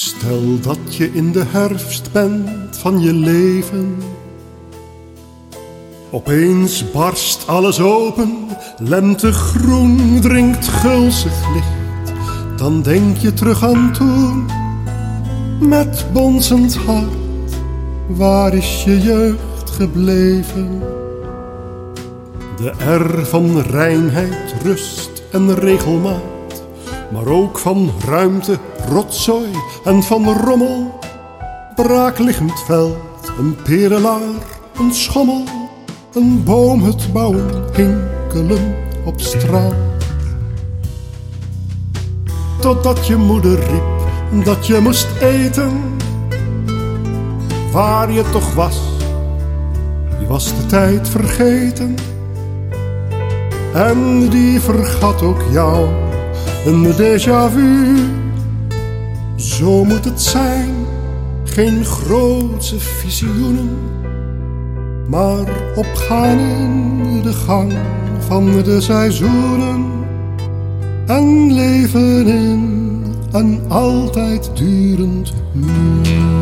Stel dat je in de herfst bent van je leven. Opeens barst alles open, lentegroen dringt gulzig licht. Dan denk je terug aan toen, met bonzend hart, waar is je jeugd gebleven? De R van reinheid, rust en regelmaat, maar ook van ruimte, rotzooi en van rommel. Braakliggend veld, een perelaar, een schommel, een boomhut bouwen, hinkelen op straat. Totdat je moeder riep dat je moest eten, waar je toch was, je was de tijd vergeten. En die vergat ook jou, een déjà vu. Zo moet het zijn, geen grootse visioenen, maar opgaan in de gang van de seizoenen. En leven in een altijd durend uur.